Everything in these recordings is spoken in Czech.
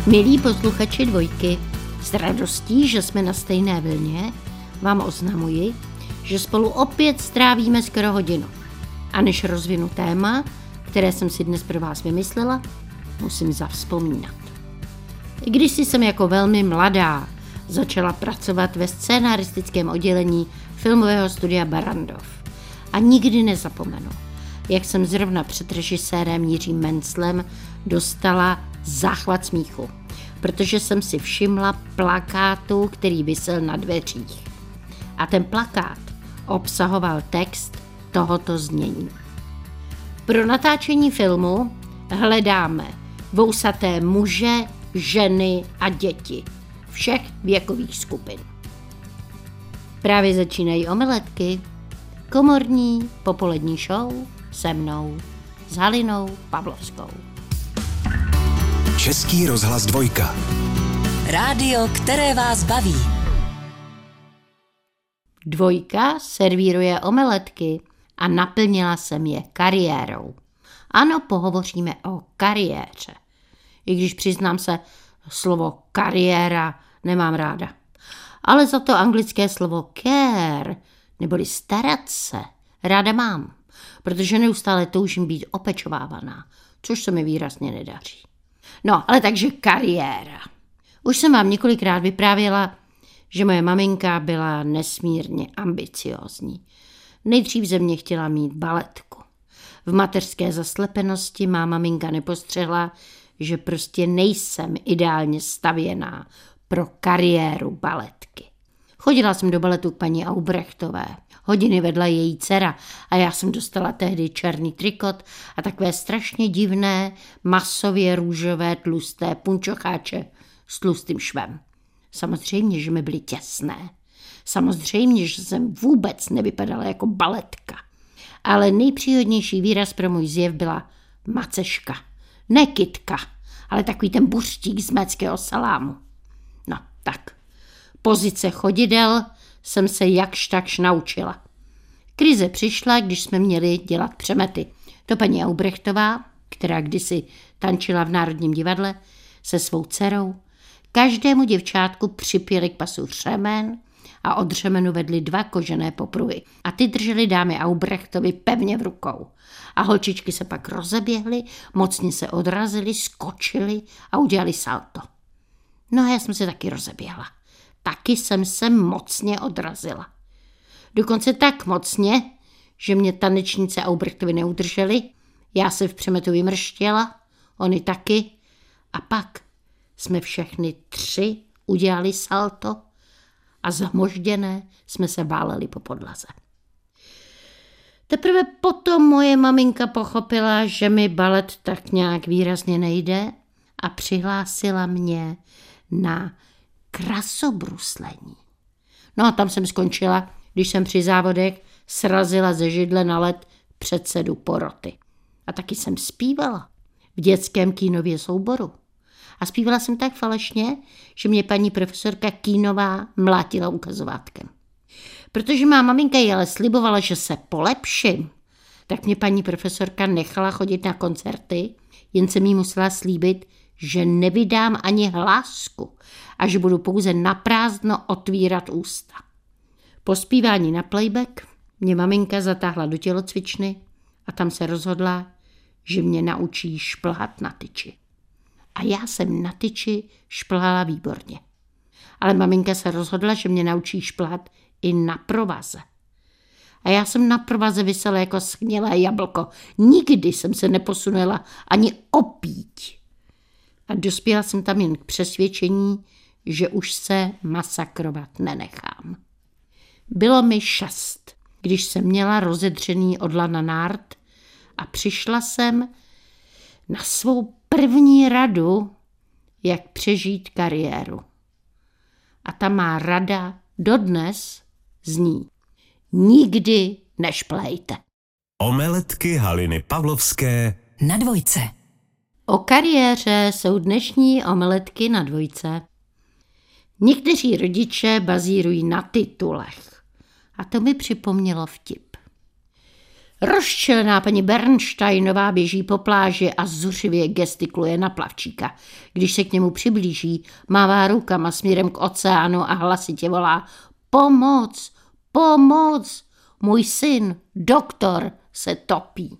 Milí posluchači Dvojky, s radostí, že jsme na stejné vlně, vám oznamuji, že spolu opět strávíme skoro hodinu. A než rozvinu téma, které jsem si dnes pro vás vymyslela, musím zavzpomínat. Když jsem jako velmi mladá začala pracovat ve scénaristickém oddělení filmového studia Barrandov. A nikdy nezapomenu, jak jsem zrovna před režisérem Jiřím Menclem dostala záchvat smíchu, protože jsem si všimla plakátu, který visel na dveřích. A ten plakát obsahoval text tohoto znění. Pro natáčení filmu hledáme vousaté muže, ženy a děti všech věkových skupin. Právě začínají Omeletky, komorní popolední show se mnou, s Halinou Pavlovskou. Český rozhlas Dvojka. Rádio, které vás baví. Dvojka servíruje omeletky a naplnila jsem je kariérou. Ano, pohovoříme o kariéře. I když přiznám se, slovo kariéra nemám ráda. Ale za to anglické slovo care, neboli starat se, ráda mám, protože neustále toužím být opečovávaná, což se mi výrazně nedaří. No, ale takže kariéra. Už jsem vám několikrát vyprávěla, že moje maminka byla nesmírně ambiciózní. Nejdřív ze mě chtěla mít baletku. V mateřské zaslepenosti má maminka nepostřehla, že prostě nejsem ideálně stavěná pro kariéru baletky. Chodila jsem do baletu k paní Aubrechtové. Hodiny vedla její dcera a já jsem dostala tehdy černý trikot a takové strašně divné, masově růžové tlusté punčocháče s tlustým švem. Samozřejmě, že mi byly těsné. Samozřejmě, že jsem vůbec nevypadala jako baletka. Ale nejpříhodnější výraz pro můj zjev byla maceška. Ne kytka, ale takový ten buřtík z méckého salámu. No, tak. Pozice chodidel jsem se jakž takž naučila. Krize přišla, když jsme měli dělat přemety. To paní Aubrechtová, která kdysi tančila v Národním divadle se svou dcerou, každému děvčátku připěli k pasu řemen a od řemenu vedli 2 kožené popruhy. A ty drželi dámy Aubrechtovi pevně v rukou. A holčičky se pak rozeběhly, mocně se odrazily, skočily a udělali salto. No a já jsem se taky rozeběhla. Taky jsem se mocně odrazila. Dokonce tak mocně, že mě tanečnice Aubrechtovi neudržely. Já se v přemetu vymrštěla, oni taky. A pak jsme všechny 3 udělali salto a zamožděné jsme se váleli po podlaze. Teprve potom moje maminka pochopila, že mi balet tak nějak výrazně nejde a přihlásila mě na krasobruslení. No a tam jsem skončila, když jsem při závodech srazila ze židle na led předsedu poroty. A taky jsem zpívala v dětském kínově souboru. A zpívala jsem tak falešně, že mě paní profesorka Kínová mlátila ukazovátkem. Protože má maminka jí ale slibovala, že se polepším, tak mě paní profesorka nechala chodit na koncerty, jen jsem jí musela slíbit, že nevydám ani hlásku a že budu pouze naprázdno otvírat ústa. Po zpívání na playback mě maminka zatáhla do tělocvičny a tam se rozhodla, že mě naučí šplhat na tyči. A já jsem na tyči šplhala výborně. Ale maminka se rozhodla, že mě naučí šplhat i na provaze. A já jsem na provaze visela jako schnělé jablko. Nikdy jsem se neposunula ani opíť. A dospěla jsem tam jen k přesvědčení, že už se masakrovat nenechám. Bylo mi 6, když jsem měla rozedřený odla nárt a přišla jsem na svou první radu, jak přežít kariéru. A ta má rada dodnes zní: nikdy nešplejte. Omeletky Haliny Pavlovské Na Dvojce. O kariéře jsou dnešní omeletky na Dvojce. Někteří rodiče bazírují na titulech. A to mi připomnělo vtip. Rozčilená paní Bernsteinová běží po pláži a zuřivě gestikuluje na plavčíka. Když se k němu přiblíží, mává rukama směrem k oceánu a hlasitě volá: Pomoc! Pomoc! Můj syn, doktor, se topí.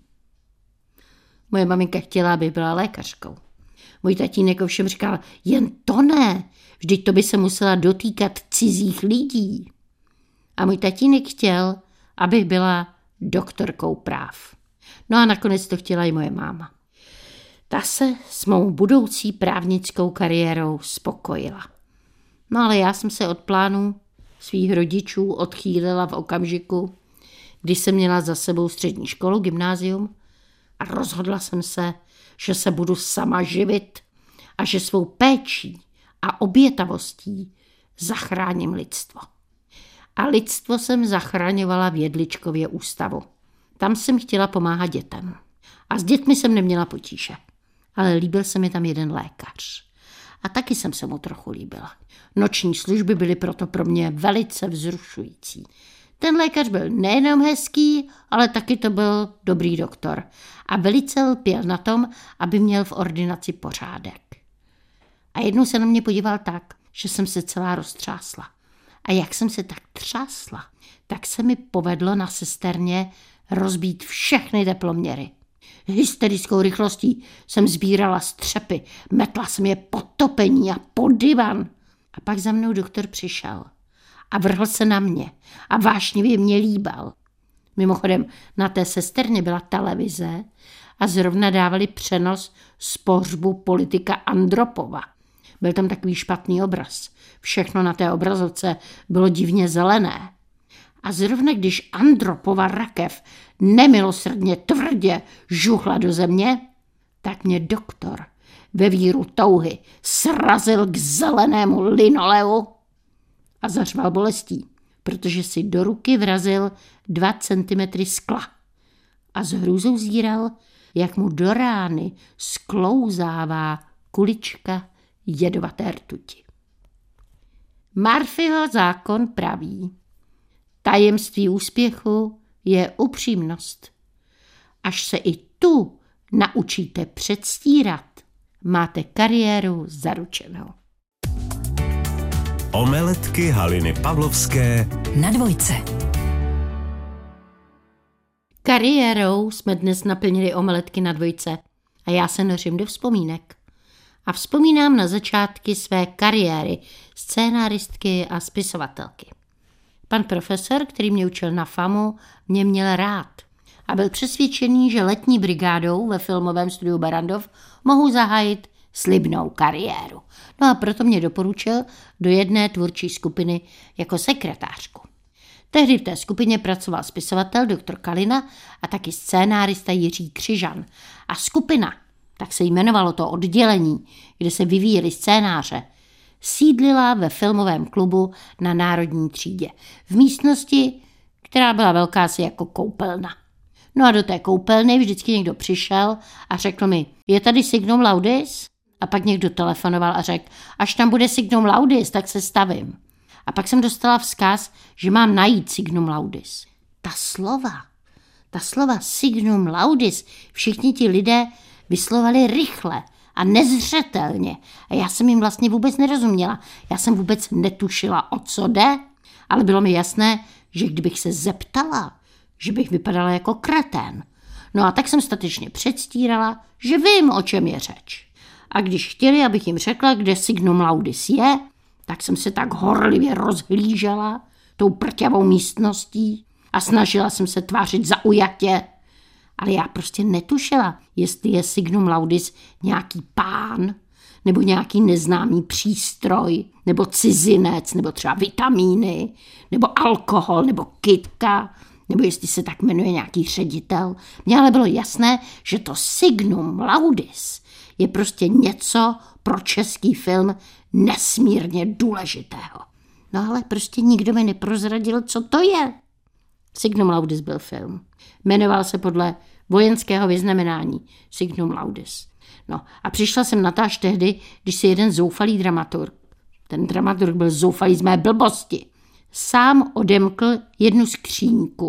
Moje maminka chtěla, aby byla lékařkou. Můj tatínek ovšem říkal: jen to ne, vždyť to by se musela dotýkat cizích lidí. A můj tatínek chtěl, abych byla doktorkou práv. No a nakonec to chtěla i moje máma. Ta se s mou budoucí právnickou kariérou spokojila. No ale já jsem se od plánů svých rodičů odchýlila v okamžiku, kdy jsem měla za sebou střední školu, gymnázium, a rozhodla jsem se, že se budu sama živit a že svou péčí a obětavostí zachráním lidstvo. A lidstvo jsem zachraňovala v Jedličkově ústavu. Tam jsem chtěla pomáhat dětem. A s dětmi jsem neměla potíže. Ale líbil se mi tam jeden lékař. A taky jsem se mu trochu líbila. Noční služby byly proto pro mě velice vzrušující. Ten lékař byl nejenom hezký, ale taky to byl dobrý doktor. A velice lpěl na tom, aby měl v ordinaci pořádek. A jednou se na mě podíval tak, že jsem se celá roztřásla. A jak jsem se tak třásla, tak se mi povedlo na sesterně rozbít všechny teploměry. Hysterickou rychlostí jsem sbírala střepy, metla jsem je pod topení a pod divan. A pak za mnou doktor přišel a vrhl se na mě a vášnivě mě líbal. Mimochodem, na té sesterně byla televize a zrovna dávali přenos z pohřbu politika Andropova. Byl tam takový špatný obraz. Všechno na té obrazovce bylo divně zelené. A zrovna když Andropova rakev nemilosrdně tvrdě žuchla do země, tak mě doktor ve víru touhy srazil k zelenému linoleu a zařval bolestí, protože si do ruky vrazil 2 centimetry skla a s hrůzou zíral, jak mu do rány sklouzává kulička jedovaté rtuti. Murphyho zákon praví: tajemství úspěchu je upřímnost. Až se i tu naučíte předstírat, máte kariéru zaručenou. Omeletky Haliny Pavlovské na Dvojce. Kariérou jsme dnes naplnili omeletky na Dvojce a já se nořím do vzpomínek. A vzpomínám na začátky své kariéry scénáristky a spisovatelky. Pan profesor, který mě učil na FAMu, mě měl rád a byl přesvědčený, že letní brigádou ve filmovém studiu Barrandov mohu zahájit slibnou kariéru. No a proto mě doporučil do jedné tvůrčí skupiny jako sekretářku. Tehdy v té skupině pracoval spisovatel doktor Kalina a taky scénárista Jiří Křižan. A skupina, tak se jmenovalo to oddělení, kde se vyvíjely scénáře, sídlila ve filmovém klubu na Národní třídě. V místnosti, která byla velká asi jako koupelna. No a do té koupelny vždycky někdo přišel a řekl mi: je tady signum laudis? A pak někdo telefonoval a řekl: až tam bude signum laudis, tak se stavím. A pak jsem dostala vzkaz, že mám najít signum laudis. Ta slova signum laudis všichni ti lidé vyslovali rychle a nezřetelně. A já jsem jim vlastně vůbec nerozuměla. Já jsem vůbec netušila, o co jde, ale bylo mi jasné, že kdybych se zeptala, že bych vypadala jako kretén. No a tak jsem statečně předstírala, že vím, o čem je řeč. A když chtěli, abych jim řekla, kde signum laudis je, tak jsem se tak horlivě rozhlížela tou prťavou místností a snažila jsem se tvářit zaujatě. Ale já prostě netušila, jestli je signum laudis nějaký pán, nebo nějaký neznámý přístroj, nebo cizinec, nebo třeba vitamíny, nebo alkohol, nebo kytka, nebo jestli se tak jmenuje nějaký ředitel. Mně ale bylo jasné, že to signum laudis je prostě něco pro český film nesmírně důležitého. No ale prostě nikdo mi neprozradil, co to je. Signum laudis byl film. Jmenoval se podle vojenského vyznamenání signum laudis. No a přišla jsem na to až tehdy, když si jeden zoufalý dramaturg, ten dramaturg byl zoufalý z mé blbosti, sám odemkl jednu skříňku,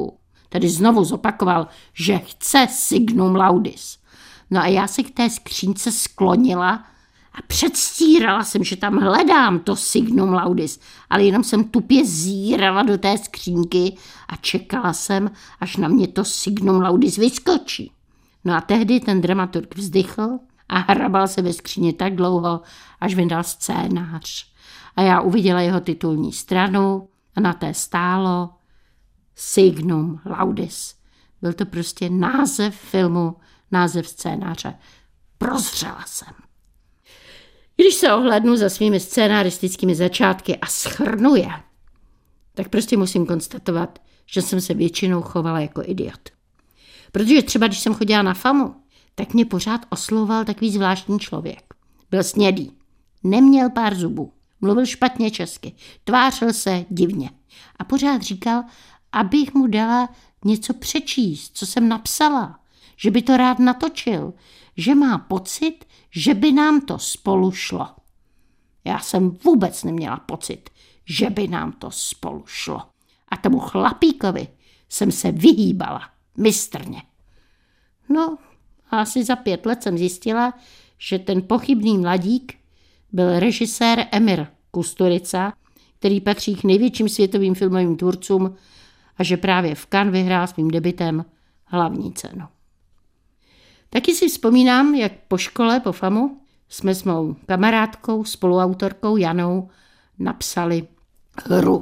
Tady znovu zopakoval, že chce signum laudis. No a já se k té skřínce sklonila a předstírala jsem, že tam hledám to signum laudis, ale jenom jsem tupě zírala do té skřínky a čekala jsem, až na mě to signum laudis vyskočí. No a tehdy ten dramaturg vzdychl a hrabal se ve skříně tak dlouho, až vydal scénář. A já uviděla jeho titulní stranu a na té stálo Signum Laudis. Byl to prostě název filmu, název scénáře. Prozřela jsem. Když se ohlédnu za svými scénaristickými začátky a shrnu je, tak prostě musím konstatovat, že jsem se většinou chovala jako idiot. Protože třeba, když jsem chodila na FAMu, tak mě pořád oslovoval takový zvláštní člověk. Byl snědý, neměl pár zubů, mluvil špatně česky, tvářil se divně a pořád říkal, abych mu dala něco přečíst, co jsem napsala, že by to rád natočil, že má pocit, že by nám to spolu šlo. Já jsem vůbec neměla pocit, že by nám to spolu šlo. A tomu chlapíkovi jsem se vyhýbala mistrně. No, a asi za 5 let jsem zjistila, že ten pochybný mladík byl režisér Emir Kusturica, který patří k největším světovým filmovým tvůrcům a že právě v Cannes vyhrál svým debutem hlavní cenu. Taky si vzpomínám, jak po škole, po FAMu, jsme s mou kamarádkou, spoluautorkou Janou napsali hru.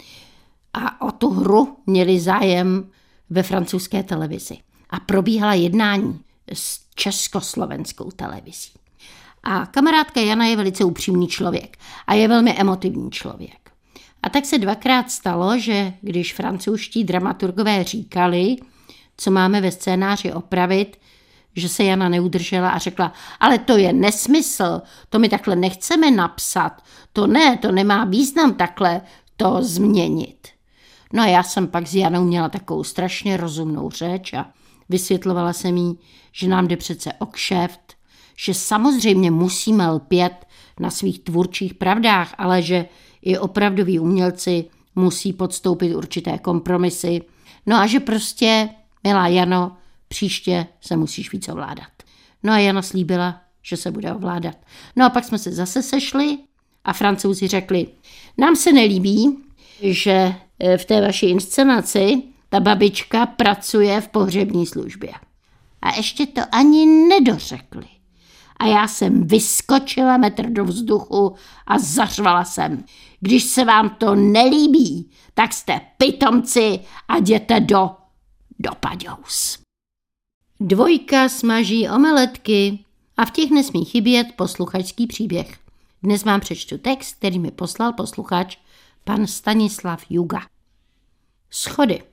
A o tu hru měli zájem ve francouzské televizi. A probíhala jednání s československou televizí. A kamarádka Jana je velice upřímný člověk a je velmi emotivní člověk. A tak se 2krát stalo, že když francouzští dramaturgové říkali, co máme ve scénáři opravit, že se Jana neudržela a řekla, ale to je nesmysl, to my takhle nechceme napsat, to nemá význam takhle to změnit. No a já jsem pak s Janou měla takovou strašně rozumnou řeč a vysvětlovala jsem jí, že nám jde přece o kšeft, že samozřejmě musíme lpět na svých tvůrčích pravdách, ale že i opravdoví umělci musí podstoupit určité kompromisy. No a že prostě, milá Jano, příště se musíš víc ovládat. No a Jana slíbila, že se bude ovládat. No a pak jsme se zase sešli a Francouzi řekli, nám se nelíbí, že v té vaší inscenaci ta babička pracuje v pohřební službě. A ještě to ani nedořekli. A já jsem vyskočila metr do vzduchu a zařvala jsem. Když se vám to nelíbí, tak jste pitomci a jděte do paďous. 2 smaží omeletky a v těch nesmí chybět posluchačský příběh. Dnes vám přečtu text, který mi poslal posluchač pan Stanislav Juga. Schody.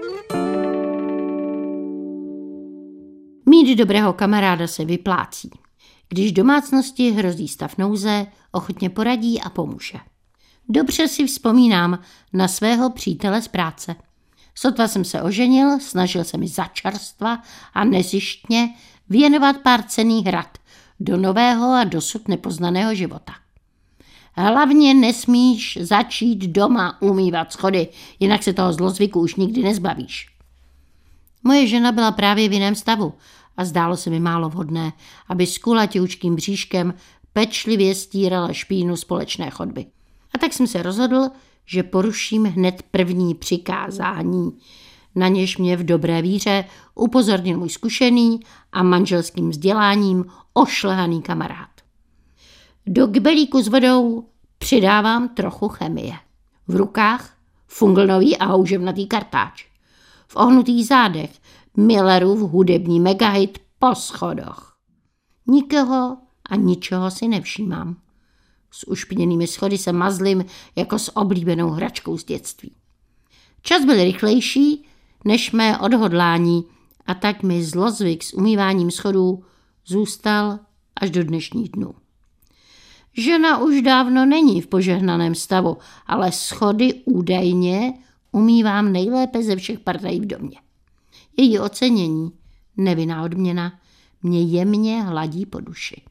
Mít dobrého kamaráda se vyplácí. Když domácnosti hrozí stav nouze, ochotně poradí a pomůže. Dobře si vzpomínám na svého přítele z práce. Sotva jsem se oženil, snažil se mi začarstva a nezištně věnovat pár cenných rad do nového a dosud nepoznaného života. Hlavně nesmíš začít doma umývat schody, jinak se toho zlozvyku už nikdy nezbavíš. Moje žena byla právě v jiném stavu a zdálo se mi málo vhodné, aby s kulatěučkým bříškem pečlivě stírala špínu společné chodby. A tak jsem se rozhodl, že poruším hned první přikázání, na něž mě v dobré víře upozornil můj zkušený a manželským vzděláním ošlehaný kamarád. Do kbelíku s vodou přidávám trochu chemie. V rukách funglnový a houževnatý kartáč. V ohnutých zádech Millerův hudební megahit Po schodoch. Nikoho a ničeho si nevšímám. S ušpiněnými schody se mazlím jako s oblíbenou hračkou z dětství. Čas byl rychlejší než mé odhodlání a tak mi zlozvyk s umýváním schodů zůstal až do dnešních dnů. Žena už dávno není v požehnaném stavu, ale schody údajně umývám nejlépe ze všech partají v domě. Její ocenění, nevinná odměna, mě jemně hladí po duši.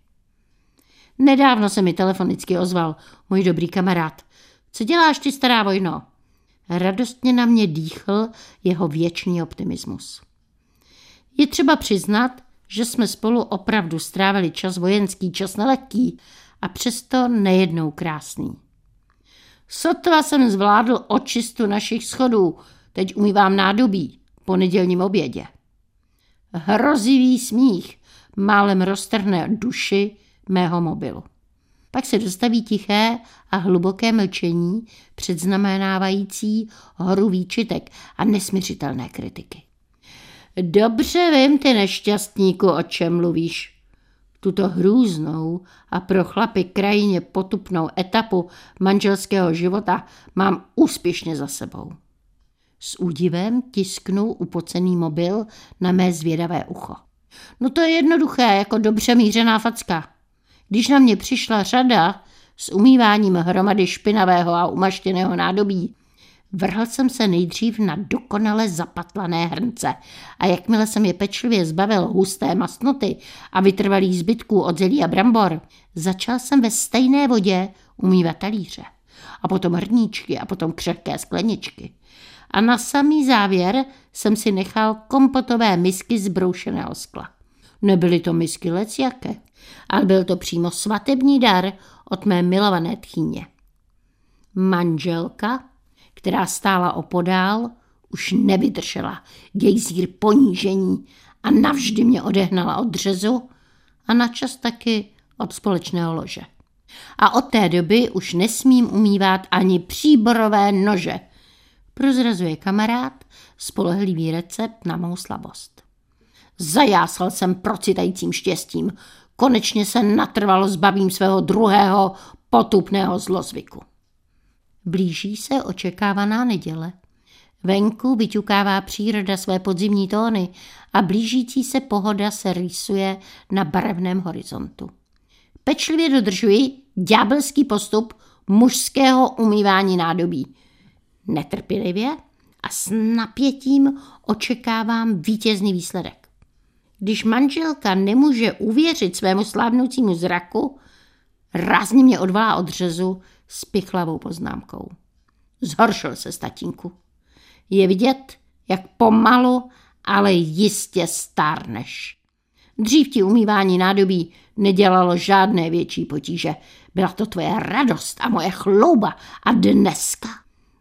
Nedávno se mi telefonicky ozval můj dobrý kamarád. Co děláš ty, stará vojno? Radostně na mě dýchl jeho věčný optimismus. Je třeba přiznat, že jsme spolu opravdu strávili čas vojenský, čas nelehký a přesto nejednou krásný. Sotva jsem zvládl očistu našich schodů, teď umývám nádobí po nedělním obědě. Hrozivý smích málem roztrhne duši mého mobilu. Pak se dostaví tiché a hluboké mlčení předznamenávající horu výčitek a nesmiřitelné kritiky. Dobře vím, ty nešťastníku, o čem mluvíš. Tuto hrůznou a pro chlapy krajině potupnou etapu manželského života mám úspěšně za sebou. S údivem tisknul upocený mobil na mé zvědavé ucho. No to je jednoduché, jako dobře mířená facka. Když na mě přišla řada s umýváním hromady špinavého a umaštěného nádobí, vrhl jsem se nejdřív na dokonale zapatlané hrnce a jakmile jsem je pečlivě zbavil husté masnoty a vytrvalých zbytků od zelí a brambor, začal jsem ve stejné vodě umývat talíře a potom hrníčky a potom křehké skleničky. A na samý závěr jsem si nechal kompotové misky z broušeného skla. Nebyly to misky lecjaké, ale byl to přímo svatební dar od mé milované tchýně. Manželka, která stála opodál, už nevydržela gejzír ponížení a navždy mě odehnala od řezu a načas taky od společného lože. A od té doby už nesmím umývat ani příborové nože. Prozrazuje kamarád spolehlivý recept na mou slabost. Zajásal jsem procitajícím štěstím. Konečně se natrvalo zbavím svého druhého potupného zlozvyku. Blíží se očekávaná neděle. Venku vyťukává příroda své podzimní tóny a blížící se pohoda se rýsuje na barevném horizontu. Pečlivě dodržuji ďábelský postup mužského umývání nádobí. Netrpělivě a s napětím očekávám vítězný výsledek. Když manželka nemůže uvěřit svému slábnoucímu zraku, rázně mě odvolá od řezu s pichlavou poznámkou. Zhoršil se, tatínku. Je vidět, jak pomalu, ale jistě stárneš. Dřív ti umývání nádobí nedělalo žádné větší potíže. Byla to tvoje radost a moje chlouba. A dneska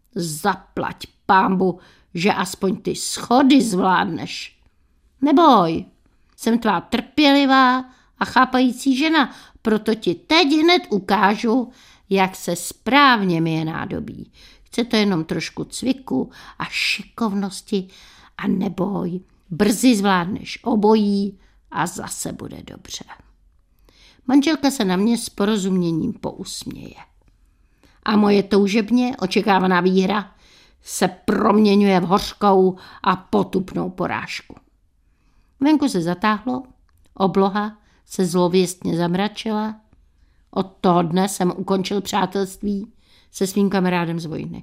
zaplať pánbu, že aspoň ty schody zvládneš. Neboj, jsem tvá trpělivá a chápající žena, proto ti teď hned ukážu, jak se správně myje nádobí. Chce to jenom trošku cviku a šikovnosti a neboj, brzy zvládneš obojí a zase bude dobře. Manželka se na mě s porozuměním pousměje. A moje toužebně očekávaná výhra se proměňuje v hořkou a potupnou porážku. Venku se zatáhlo, obloha se zlověstně zamračila. Od toho dne jsem ukončil přátelství se svým kamarádem z vojny.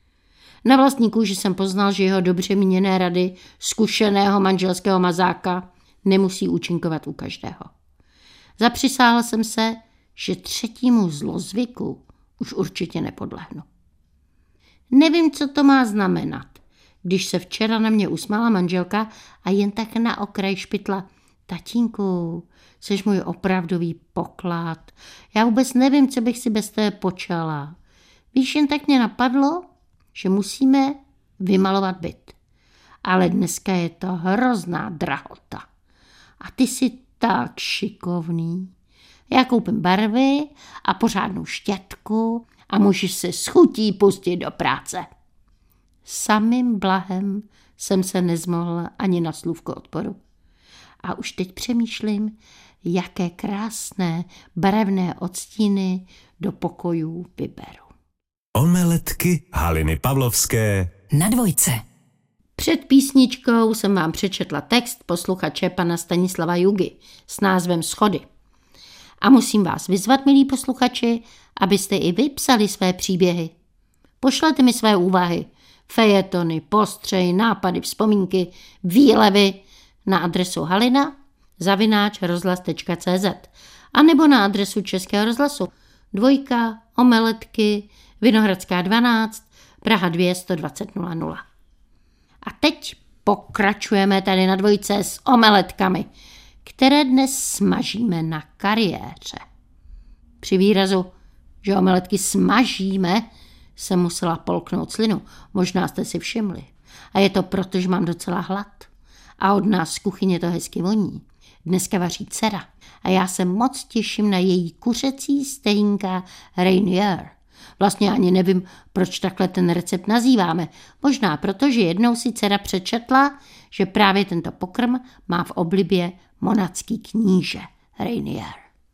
Na vlastní kůži jsem poznal, že jeho dobře míněné rady zkušeného manželského mazáka nemusí účinkovat u každého. Zapřisáhl jsem se, že třetímu zlozvyku už určitě nepodlehnu. Nevím, co to má znamenat, když se včera na mě usmála manželka a jen tak na okraj špitla. Tatínku, jsi můj opravdový poklad. Já vůbec nevím, co bych si bez té počala. Víš, jen tak mě napadlo, že musíme vymalovat byt. Ale dneska je to hrozná drahota. A ty jsi tak šikovný. Já koupím barvy a pořádnou štětku a můžeš se s chutí pustit do práce. Samým blahem jsem se nezmohla ani na slůvko odporu. A už teď přemýšlím, jaké krásné barevné odstíny do pokojů vyberu. Omeletky Haliny Pavlovské na Dvojce. Před písničkou jsem vám přečetla text posluchače pana Stanislava Jugy s názvem Schody. A musím vás vyzvat, milí posluchači, abyste i vy psali své příběhy. Pošlete mi své úvahy, fejetony, postřehy, nápady, vzpomínky, výlevy na adresu halina@rozhlas.cz a nebo na adresu Českého rozhlasu 2 Omeletky Vinohradská 12 Praha 2 120 00. A teď pokračujeme tady na dvojce s omeletkami, které dnes smažíme na kariéře. Při výrazu, že omeletky smažíme, jsem musela polknout slinu. Možná jste si všimli. A je to proto, že mám docela hlad. A od nás z kuchyně to hezky voní. Dneska vaří dcera a já se moc těším na její kuřecí stejnka Rainier. Vlastně ani nevím, proč takhle ten recept nazýváme. Možná proto, že jednou si dcera přečetla, že právě tento pokrm má v oblibě monatský kníže Rainier.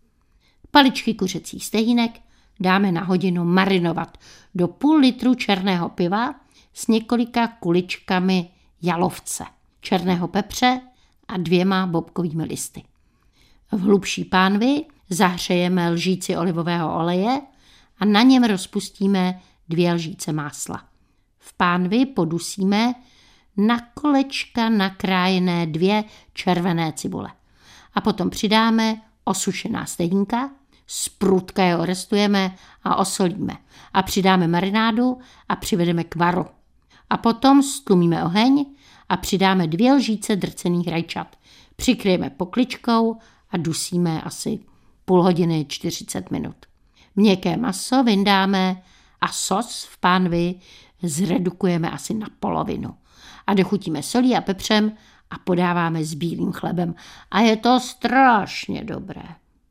Paličky kuřecích stejnek dáme na hodinu marinovat do půl litru černého piva s několika kuličkami jalovce, černého pepře a 2 bobkovými listy. V hlubší pánvi zahřejeme lžíci olivového oleje a na něm rozpustíme 2 lžíce másla. V pánvi podusíme na kolečka nakrájené 2 červené cibule. A potom přidáme osušená stejnka, zprudka je orestujeme a osolíme. A přidáme marinádu a přivedeme k varu. A potom stlumíme oheň a přidáme 2 lžíce drcených rajčat. Přikryjeme pokličkou a dusíme asi půl hodiny 40 minut. Měkké maso vyndáme a sos v pánvi zredukujeme asi na polovinu. A dochutíme solí a pepřem a podáváme s bílým chlebem. A je to strašně dobré.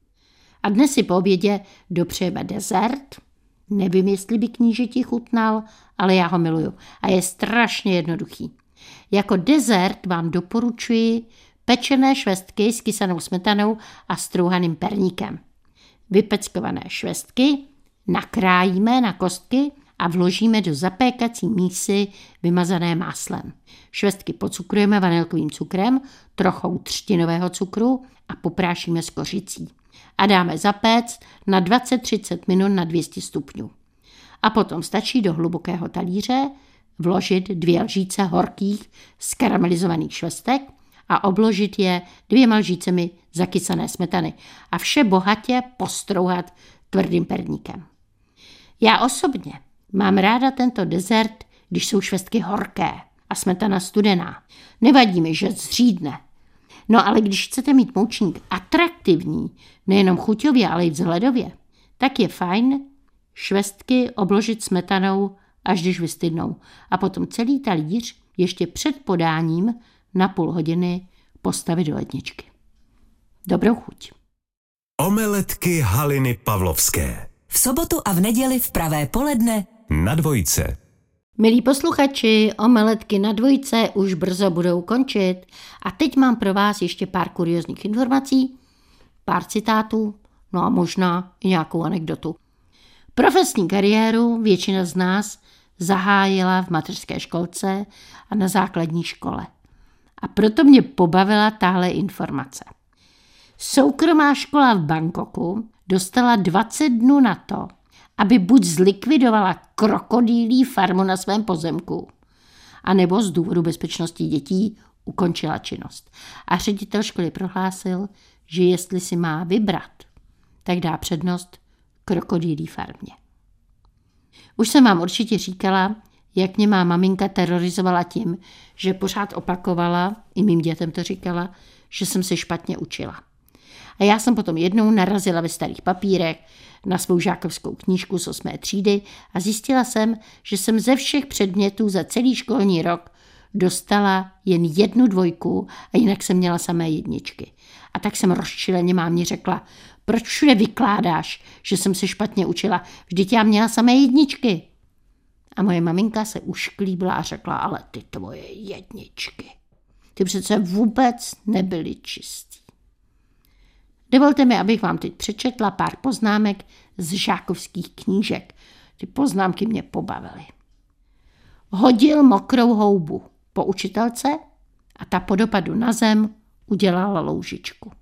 A dnes si po obědě dopřejeme dezert. Nevím, jestli by knížeti chutnal, ale já ho miluju. A je strašně jednoduchý. Jako dezert vám doporučuji pečené švestky s kysanou smetanou a strouhaným perníkem. Vypeckované švestky nakrájíme na kostky a vložíme do zapékací mísy vymazané máslem. Švestky pocukrujeme vanilkovým cukrem, trochou třtinového cukru a poprášíme s kořicí. A dáme zapéct na 20-30 minut na 200 stupňů. A potom stačí do hlubokého talíře vložit 2 lžíce horkých skaramelizovaných švestek a obložit je 2 lžícemi zakysané smetany a vše bohatě postrouhat tvrdým perníkem. Já osobně mám ráda tento dezert, když jsou švestky horké a smetana studená. Nevadí mi, že zřídne. No ale když chcete mít moučník atraktivní, nejenom chuťově, ale i vzhledově, tak je fajn švestky obložit smetanou, až když vystydnou. A potom celý talíř ještě před podáním na půl hodiny postavit do ledničky. Dobrou chuť. Omeletky Haliny Pavlovské. V sobotu a v neděli v pravé poledne Na dvojce. Milí posluchači, omeletky na dvojce už brzo budou končit a teď mám pro vás ještě pár kuriózních informací, pár citátů, no a možná i nějakou anekdotu. Profesní kariéru většina z nás zahájila v mateřské školce a na základní škole. A proto mě pobavila tahle informace. Soukromá škola v Bangkoku dostala 20 dnů na to, aby buď zlikvidovala krokodýlí farmu na svém pozemku, anebo z důvodu bezpečnosti dětí ukončila činnost. A ředitel školy prohlásil, že jestli si má vybrat, tak dá přednost krokodýlí farmě. Už jsem vám určitě říkala, jak mě má maminka terorizovala tím, že pořád opakovala, i mým dětem to říkala, že jsem se špatně učila. A já jsem potom jednou narazila ve starých papírech na svou žákovskou knížku z 8. třídy a zjistila jsem, že jsem ze všech předmětů za celý školní rok dostala jen 1 2 a jinak jsem měla samé 1. A tak jsem rozčileně mámě řekla, proč všude vykládáš, že jsem se špatně učila, vždyť já měla samé 1. A moje maminka se ušklíbla a řekla, ale ty tvoje 1, ty přece vůbec nebyly čistý. Dovolte mi, abych vám teď přečetla pár poznámek z žákovských knížek. Ty poznámky mě pobavily. Hodil mokrou houbu po učitelce a ta po dopadu na zem udělala loužičku.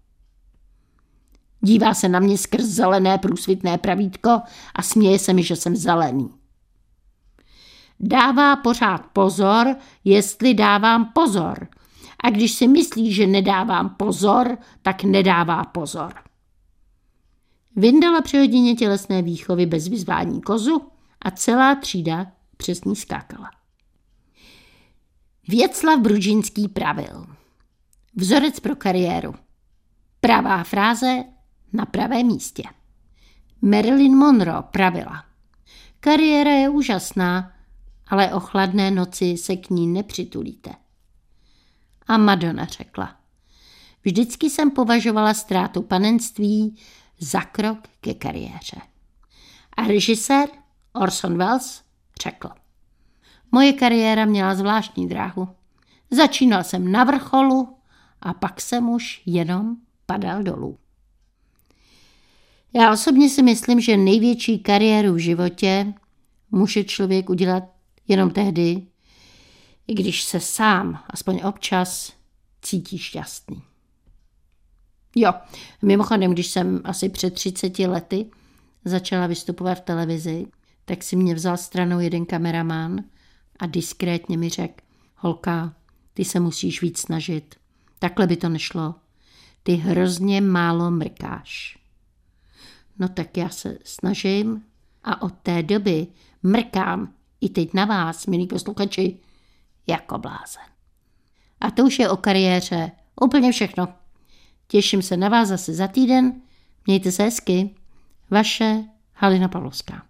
Dívá se na mě skrz zelené průsvitné pravítko a směje se mi, že jsem zelený. Dává pořád pozor, jestli dávám pozor. A když si myslí, že nedávám pozor, tak nedává pozor. Vyndala při hodině tělesné výchovy bez vyzvání kozu a celá třída přes ní skákala. Věclav Brudžinský pravil. Vzorec pro kariéru. Pravá fráze na pravém místě. Marilyn Monroe pravila. Kariéra je úžasná, ale o chladné noci se k ní nepřitulíte. A Madonna řekla. Vždycky jsem považovala ztrátu panenství za krok ke kariéře. A režisér Orson Welles řekl. Moje kariéra měla zvláštní dráhu. Začínal jsem na vrcholu a pak jsem už jenom padal dolů. Já osobně si myslím, že největší kariéru v životě může člověk udělat jenom tehdy, i když se sám, aspoň občas, cítí šťastný. Jo, mimochodem, když jsem asi před 30 lety začala vystupovat v televizi, tak si mě vzal stranou jeden kameraman a diskrétně mi řekl, holka, ty se musíš víc snažit. Takhle by to nešlo. Ty hrozně málo mrkáš. No tak já se snažím a od té doby mrkám i teď na vás, milí posluchači, jako blázen. A to už je o kariéře úplně všechno. Těším se na vás zase za týden. Mějte se hezky. Vaše Halina Pavlovská.